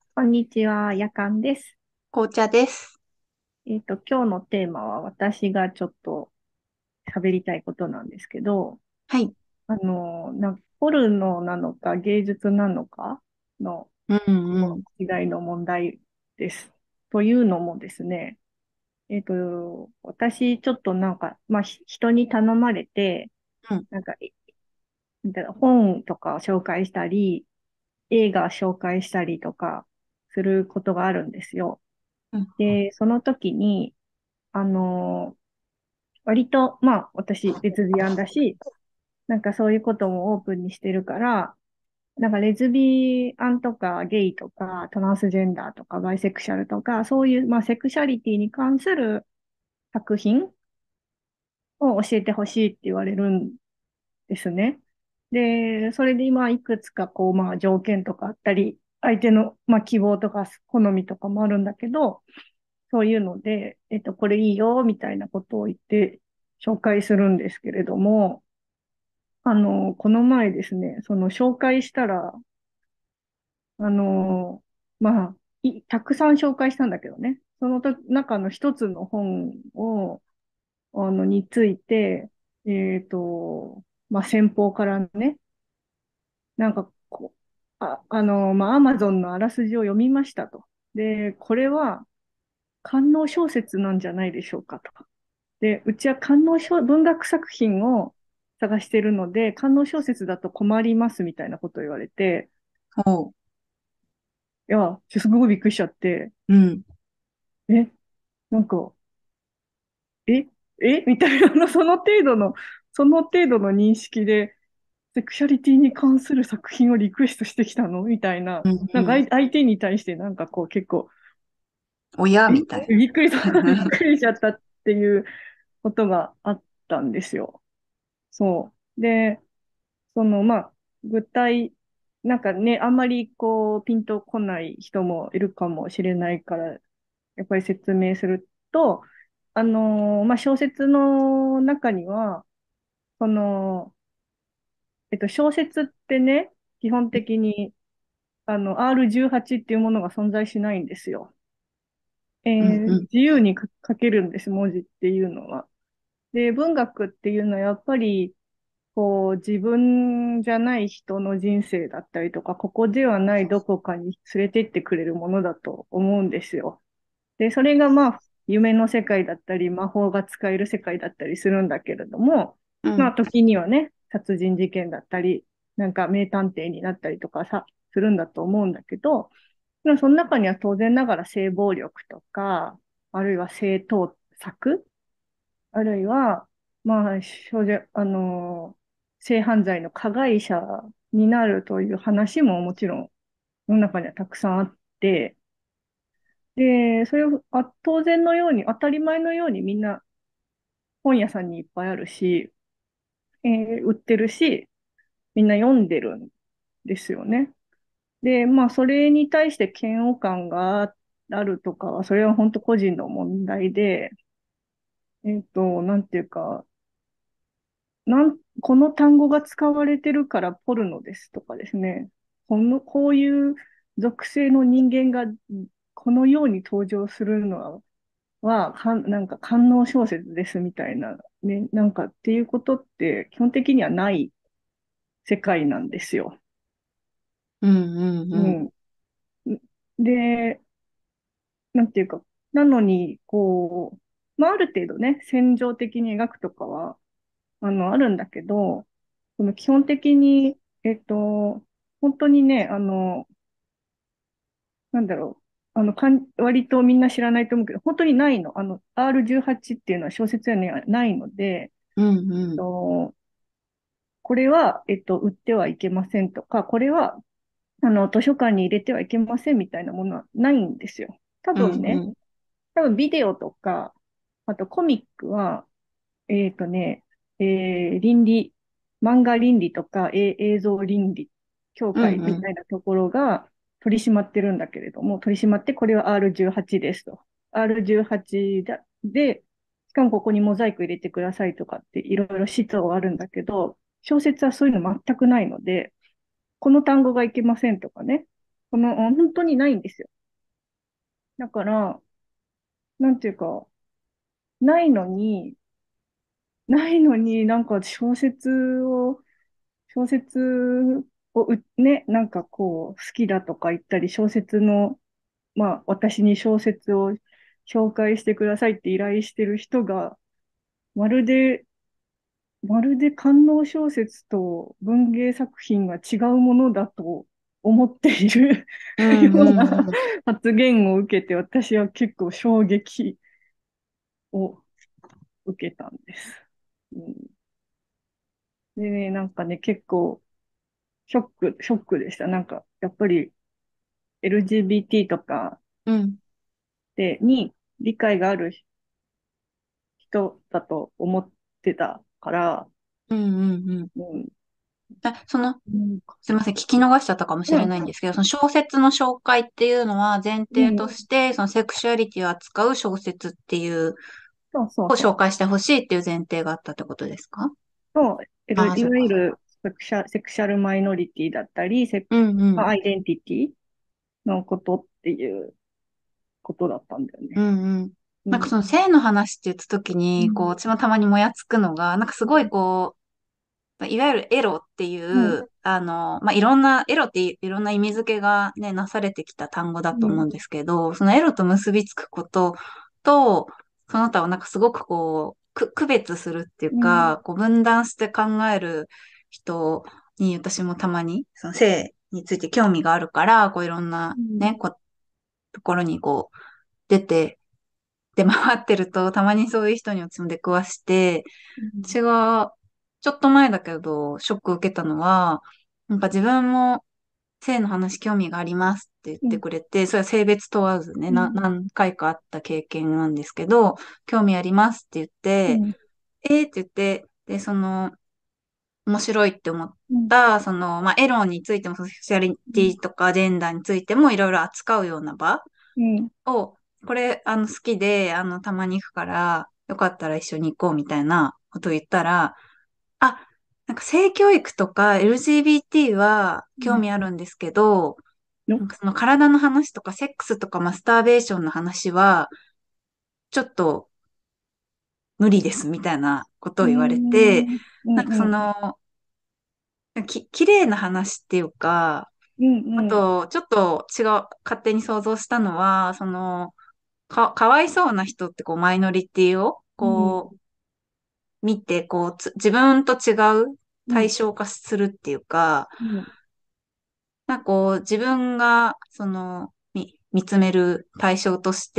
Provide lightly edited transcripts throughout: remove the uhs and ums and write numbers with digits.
こんにちは、やかんです。 紅茶です。 今日のテーマは私がちょっと喋りたいことなんですけど、 はい。 ポルノなのか芸術なのかのうんうん。 違いの問題です。というのもですね、私ちょっと人に頼まれて、 うん。 なんか、なんだろう本とかを紹介したり、映画紹介したりとかすることがあるんですよ。 うん。 で、その時に、あの、割と、私、レズビアンだし、そういうこともオープンにしてるから、レズビアンとかゲイとかトランスジェンダーとかバイセクシャルとか、そういう、セクシャリティに関する作品を教えてほしいって言われるんですね。で、それで今いくつか条件とかあったり、相手の、希望とか好みとかもあるんだけど、そういうので、これいいよ、みたいなことを言って紹介するんですけれども、この前ですね、その紹介したら、あの、たくさん紹介したんだけどね、その中の一つの本を、について、先方からね、なんかこう、アマゾンのあらすじを読みましたと。で、これは官能小説なんじゃないでしょうかと。で、うちは文学作品を探してるので、官能小説だと困りますみたいなことを言われて、 ほいや、すごいびっくりしちゃって、 う。うん。 え、なんか、え、みたいなその程度の認識で、セクシャリティに関する作品をリクエストしてきたのみたいな、 うんうん。 相手に対して結構、 親みたいな。 びっくりびっくりしちゃったっていうことがあったんですよ。そう。で、具体、あんまりピンとこない人もいるかもしれないから、やっぱり説明すると、小説の中には、その、小説ってね、基本的に、R18 っていうものが存在しないんですよ。 うんうん。 自由に書けるんです、文字っていうのは。で、文学っていうのはやっぱり、自分じゃない人の人生だったりとか、ここではないどこかに連れてってくれるものだと思うんですよ。で、それが夢の世界だったり、魔法が使える世界だったりするんだけれども、 うん。 時にはね、殺人事件だったり、名探偵になったりとかするんだと思うんだけど、でもその中には当然ながら性暴力とか、あるいは性盗作、あるいは、少女、性犯罪の加害者になるという話ももちろん世の中にはたくさんあって、で、それを当然のように、当たり前のようにみんな本屋さんにいっぱいあるし、売ってるし、みんな読んでるんですよね。で、それに対して嫌悪感があるとかは、それは本当個人の問題で、なんていうか、この単語が使われてるからポルノですとかですね。こういう属性の人間がこのように登場するのは、官能小説ですみたいな、ね、っていうことって基本的にはない世界なんですよ。 うんうんうん。 うん。で、なんていうか、なのに、ある程度ね、戦場的に描くとかは、あるんだけど、その基本的に、本当にね、なんだろ割とみんな知らないと思うけど、本当にないの。R18 っていうのは小説にはないので、 うんうん。 とこれは、売ってはいけませんとか、これは、図書館に入れてはいけませんみたいなものはないんですよ。多分ね、 うんうん。 多分ビデオとか、あとコミックは、えっとね、倫理、漫画倫理とか、映像倫理協会うんうん。 みたいなところが取り締まってるんだけれども、取り締まってこれは R18 ですと。R18 で、しかもここにモザイク入れてくださいとかっていろいろ指導があるんだけど、小説はそういうの全くないので、この単語がいけませんとかね。 本当にないんですよ。だから、なんていうか、ないのに、なんか小説をね、なんかこう、好きだとか言ったり、まあ、私に小説を紹介してくださいって依頼してる人が、まるで、まるで官能小説と文芸作品が違うものだと思っているうよんうなうんうん。 発言を受けて、私は結構衝撃を受けたんです。うん、でね、なんかね、結構ショックでした。なんか、やっぱり LGBT とかうん。 に理解がある人だと思ってたから、 うんうんうん。 うん、 その、 うんすみません、聞き逃しちゃったかもしれうん、 ないんですけど、その小説の紹介っていうのは前提とうん、 して、そのセクシュアリティを扱う小説っていうそうそうそう。 を紹介してほしいっていう前提があったってことですか？ そう、 ああー、 いそっかそっか。 わゆるセクシャルマイノリティだったり、 うんうん。 アイデンティティのことっていうことだったんだよね。 うんうん。 うん。 なんかその性の話って言った時に、こう、 うん。 私もたまにもやつくのが、なんかすごいこう、いわゆるエロっていうん。 う、いろんな、エロっていろんな意味付けがね、なされてきた単語だとうん。 思うんですけど、そのエロと結びつくことと、その他をなんかすごくこう、区別するっていううん。 か、こう分断して考える人に私もたまに、その性について興味があるから、こういろんなね、ところにこう、出て、出回ってると、たまにそういう人に私も出くわして、 うん。 私が、ちょっと前だけど、ショックを受けたのは、なんか自分も性の話興味がありますって言っうん。 てくれて、それは性別問わずね、 うん。 何回かあった経験なんですけど、興味ありますって言って、 うん。 って言って、で、その、面白いって思っうん。 た、その、エロについても、セクシャリティとかジェンダーについてもいろいろ扱うような場うん。 を、これ、好きで、たまに行くから、よかったら一緒に行こうみたいなことを言ったら、あ、なんか性教育とか LGBT は興味あるんですけど、 のなんかその体の話とかセックスとかマスターベーションの話は、ちょっと無理ですみたいなことうを言われて、 ん。うん。 なんかそうん。 の、綺麗な話っていうか、 うん。うん。 あと、ちょっと違う、勝手に想像したのは、その、かわいそうな人ってこう、マイノリティを、 うん。 こう、見て、こう、自分と違ううん。 対象化するっていうか、 うん。 なんかこう、自分が、見つめる対象として、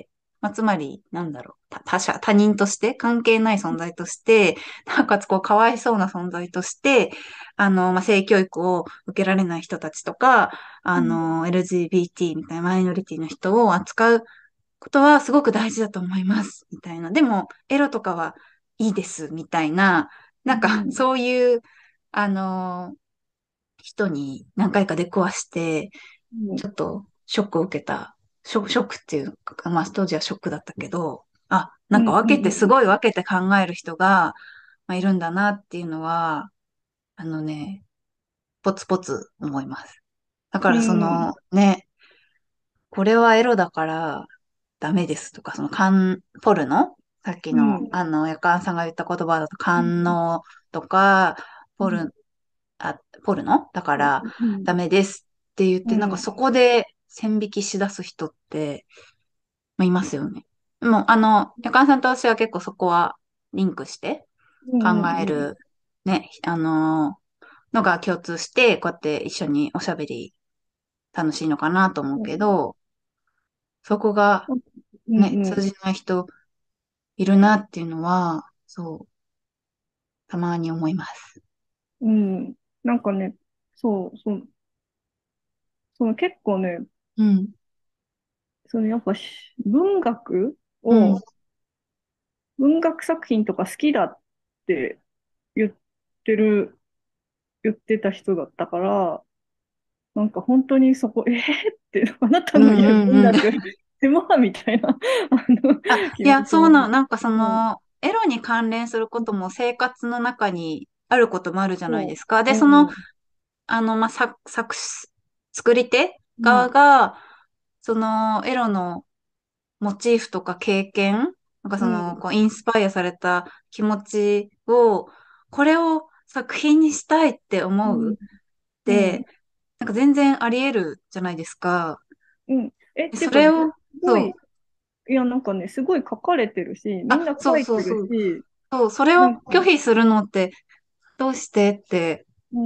つまり、なんだろう、他人として、関係ない存在として、なんかこう、かわいそうな存在として、性教育を受けられない人たちとか、LGBT みたいなマイノリティの人を扱うことはすごく大事だと思います、みたいな。でも、エロとかはいいです、みたいな、なんか、 うん。 そういう、あの、人に何回か出くわして、 うん。 ちょっとショックを受けた。ショックっていうか、当時はショックだったけど、なんかうん。 すごい分けて考える人が、いるんだなっていうのは、あのね、ポツポツ思います。だかうらそん。 のね、これはエロだからダメですとか、そのポルノさっきの、 うん。 やかんさんが言った言葉だと、 うん。 官能とか、 うん。 ポル、ポルノだからうん。 ダメですって言って、なんかうん。 そこで線引きしだす人って、いますよね。もう、やかんさんと私は結構そこはリンクして考うん。うん。 える、ね、のが共通して、こうやって一緒におしゃべり楽しいのかなと思うけど、そこがね、 うん。 通じない人いるなっていうのは、そう、たまに思います。 うん。なんかね、結構ね、 うん、 やっぱ文学うん、 を、文学作品とか好きだって言ってる、言ってた人だったから、なんか本当にあなたうん、 の言ううん、うん。 文学、狭みたいな、気いや、 持ちに。 なんかそうん。 の、エロに関連することも生活の中にあることもあるじゃないでそすか。で、 う。うん。 作り手側うん、 が、そのエロのモチーフとか経験、なんかその、 うん、 こう、インスパイアされた気持ちを、これを作品にしたいって思うっうん、うん、 て、なんか全然あり得るじゃないですか。 うん。 でてか、すそれを、 ごい、 そう、 いや、なんかね、すごい書かれてるし、みんなあ、そう書いてるそうそう、 し、 そう、それをなんか、 拒否するのってどうしてって、 うん、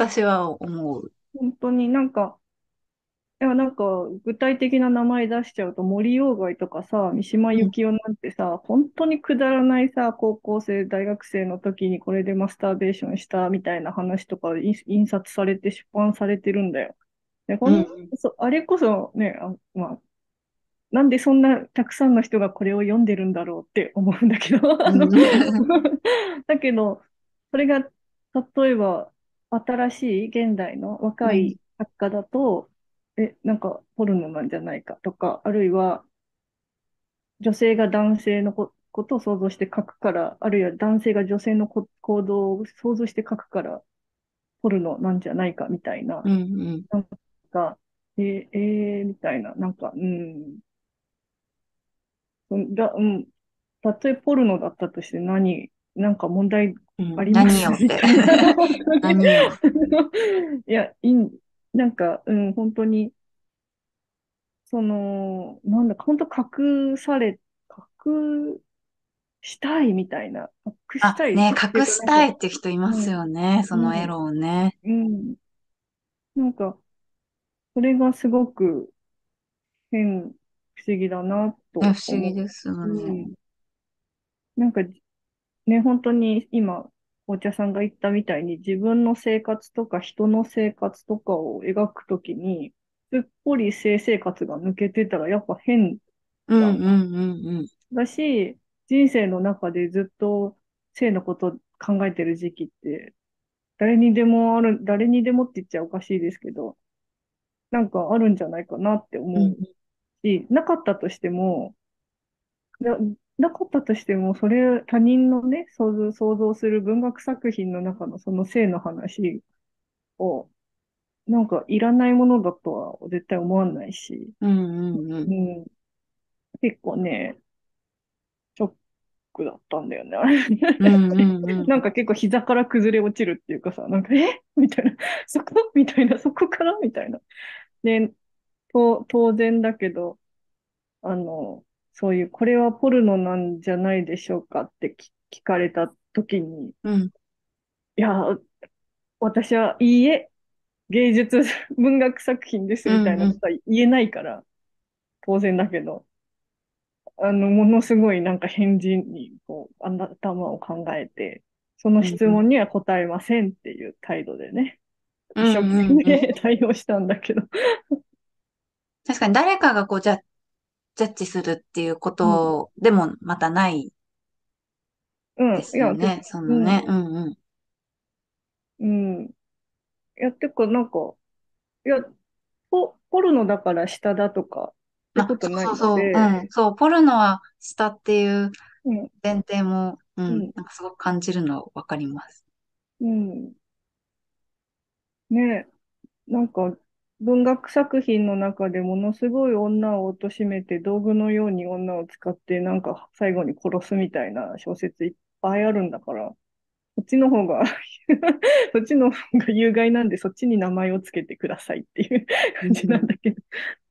私は思う。 本当になんか、いや、なんか、具体的な名前出しちゃうと、森鴎外とかさ、三島うん、 由紀夫なんてさ、本当にくだらないさ、高校生、大学生の時にこれでマスターベーションしたみたいな話とか印刷されて出版されてるんだよ。で、 うん、 あれこそね、まあ、なんでそんなたくさんの人がこれを読んでるんだろうって思うんだけど、 うん、 だけど、それが、例えば、新しい現代のうん、 若い作家だと、なんか、ポルノなんじゃないかとか、あるいは、女性が男性のことを想像して書くから、あるいは男性が女性の行動を想像して書くから、ポルノなんじゃないかみたいな、 うん、うん。 なんか、みたいな、なんか、うん、たとえポルノだったとしてなんか問題うん、 あります何よって。 みたいな、本当に。 何よ。 いや、なんか、本当に、なんだ、本当隠したいみたいな、隠しあ、 たいっね、 ていうか、 隠したいって人いますうん、 よね。そのエうん、 ロをね。 うん、なんか、それがすごく不思議だないや、 と不思議思ですよう。うね。 ん、なんかね、本当に今、お茶さんが言ったみたいに自分の生活とか人の生活とかを描くときに、すっぽり性生活が抜けてたらやっぱ変うん、 じゃん。 うん、うん、うん。 だし、人生の中でずっと性のこと考えてる時期って、誰にでもって言っちゃおかしいですけど、なんかあるんじゃないかなってうん、 思うし、な、なかったとしても、それ、他人のね、想像する文学作品の中のその性の話を、なんかいらないものだとは絶対思わないし、 うん、うん、うん。 うん、結構ね、ショックだったんだよね、あれ。 うん、うん、うん。 なんか結構膝から崩れ落ちるっていうかさ、なんか、みたいな、みたいな、そこからみたいな。で、当然だけど、あの、そういう、これはポルノなんじゃないでしょうかって聞かれた時に、 うん、 いや、私はいいえ、芸術文学作品ですうん、 みたいなうん。 ことは言えないから、当然だけど、ものすごいなんか返事に、頭を考えて、その質問には答えませんっていう態度でね、 うん、 一生懸うん、うん。 命対応したんだけど。 確かに誰かがこう、ジャッジするっていうこうん。 とでもまたないでうん。いや、 すよね。そのね。 うん。 うん、うん。 うん。いや、てか、なんか、いや、ポルノだから下だとか、ってこあ、そとないうそうそう。うので、 ん。そう、ポルノはしたっていううん。 前提も、うん。 うん。 なんかすごく感じるのわかります。 うん。ね、なんか、文学作品の中でものすごい女を貶めて道具のように女を使ってなんか最後に殺すみたいな小説いっぱいあるんだから、そっちの方がそっちの方が有害なんでそっちに名前をつけてくださいっていう感じなうん。 んだけど、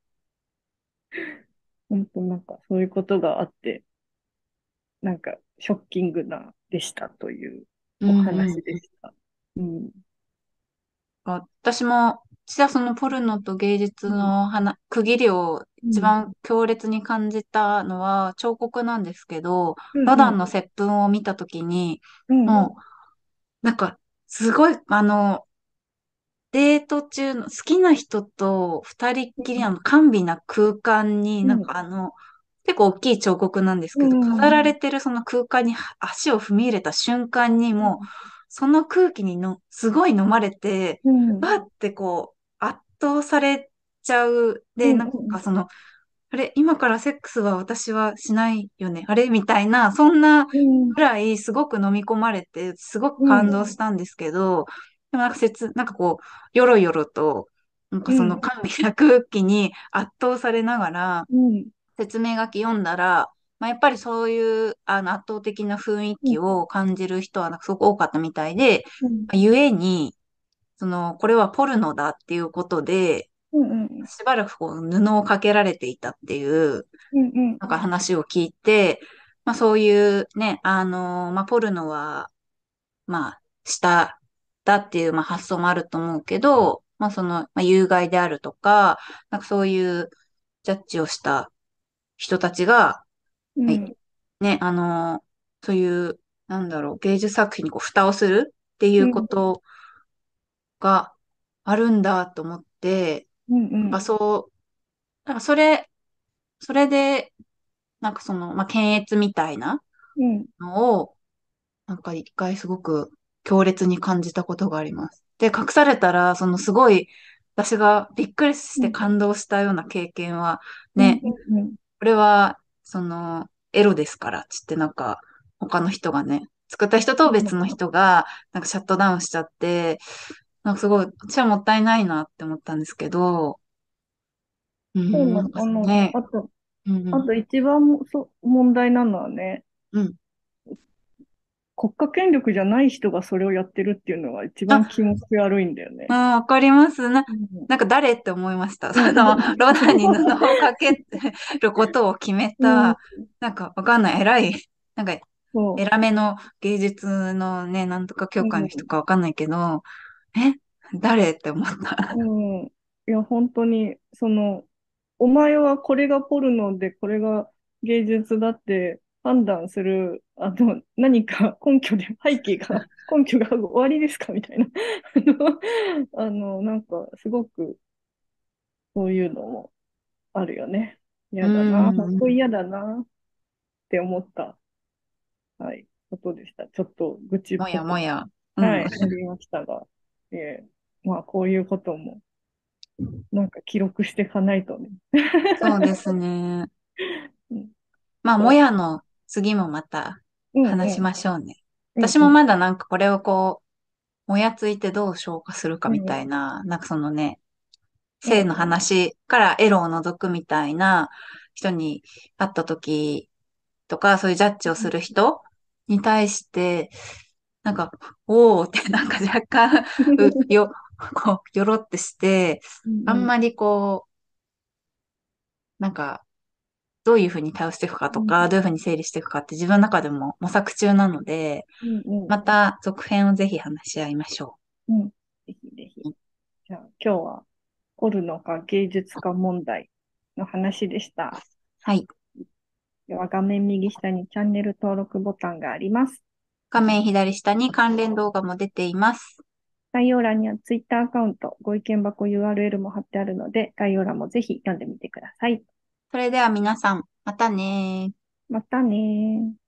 本当なんかそういうことがあって、なんかショッキングでしたというおうん、うん。 話でした。うん。 私も、実はそのポルノと芸術うん。 の区切りをうん。 一番強烈に感じたのは彫刻なんですけど、 うん。うん。 ロダンの接吻を見たときに、 うん。 もう、なんか、すごい、デート中の好きな人と二人っきり甘美な空間に、 うん。 結構大きい彫刻なんですうけど、飾ん。 られてるその空間に足を踏み入れた瞬間にもう、その空気にすごい飲まれて、 うん。 わーってこう、圧倒されちゃう。で、 うん。 なんうん。 かあれ、今からセックスは私はしないよね。あれみたいな、そんなうん。 ぐらいすごく飲み込まれて、すごくうん。 感動したんですけど、でもなんかなんかこう、よろよろと、 なんかそのうん、 甘美な空気に圧倒されながら、 うん、 説明書き読んだら、まあ、やっぱりそういう圧倒的な雰囲うん、 気を感じる人はなんかすごく多かったみたいで、 うん、 ゆえに、これはポルノだっていうことで、 うん、うん、 しばらくこう布をかけられていたっていう、 うん、うん、 なんか話を聞いて、まあそういうね、まあポルノは、まあ、下だっていう、まあ、発想もあると思うけど、まあまあ、有害であるとか、なんかそういうジャッジをした人たちが、はい、 うん、 ね、そういう、なんだろう、芸術作品にこう蓋をするっていうこうん、 とがあるんだと思って、 うん、うなんかん、 なんかそれで、なんかまあ、検閲みたいなうん、 のを、なんか一回すごく強烈に感じたことがあります。で、隠されたら、すごい、私がびっくりして感動したような経験は、 うん、 ね、 うん、 これは、エロですから、つってなんか、他の人がね、作った人と別の人が、なんかシャットダウンしちゃって、なんかすごい、私はもったいないなって思ったんですけど、なんかね、うんうん、 あと一番問題なのはね、 うん。 国家権力じゃない人がそれをやってるっていうのが一番気あ、 持ち悪いんだようん、 ね。 わかります。 うん。 なんか誰って思いました。 うん。 ロダンに布をかけることを決めうん。 た、なんかわかんない、偉い、なんかそ偉めの芸術のね、なんとかう。 協会の人うん。 かわかんないけど、え、誰って思った。 うん。いや、本当に、お前はこれがポルノで、これが芸術だって判断する、何か根拠で、背景が、根拠が終わりですかみたいな。なんか、すごく、そういうのもあるよね。 う嫌だな。本ん、 当嫌だなって思った、はい、ことでした。ちょっと愚痴っもぽく、 やもや。うん、 はい、なりましたが、まあ、こういうことも、なんか記録していかないとね。 そうですね。 うん、 まあ、もそやの次もまたう。うんうん。 話しましょうね。 うんうん。 私もまだなんかこれをこう、もやついてどう消化するかみたうんいな、なんか性のうん。 話からエロを除くみたいな人に会った時とか、そういうジャッジをする人に対して、なんか、おーってなんか若干、よろってして、 うんうん。 あんまりこなんか、どういうふうに対応していくかうんとか、どういうふうに整理していくかって自分の中でも模索中なので、 うんうんまた続編をぜひ話し合いましょうん。ぜひぜひ。 う。 じゃあ、今日は、ポルノか芸術か問題の話でした。 はい。 では、画面右下にチャンネル登録ボタンがあります。 画面左下に関連動画も出ています。 概要欄には Twitter アカウント、ご意見箱 URL も貼ってあるので、概要欄もぜひ読んでみてください。 それでは皆さん、またねー。 またねー。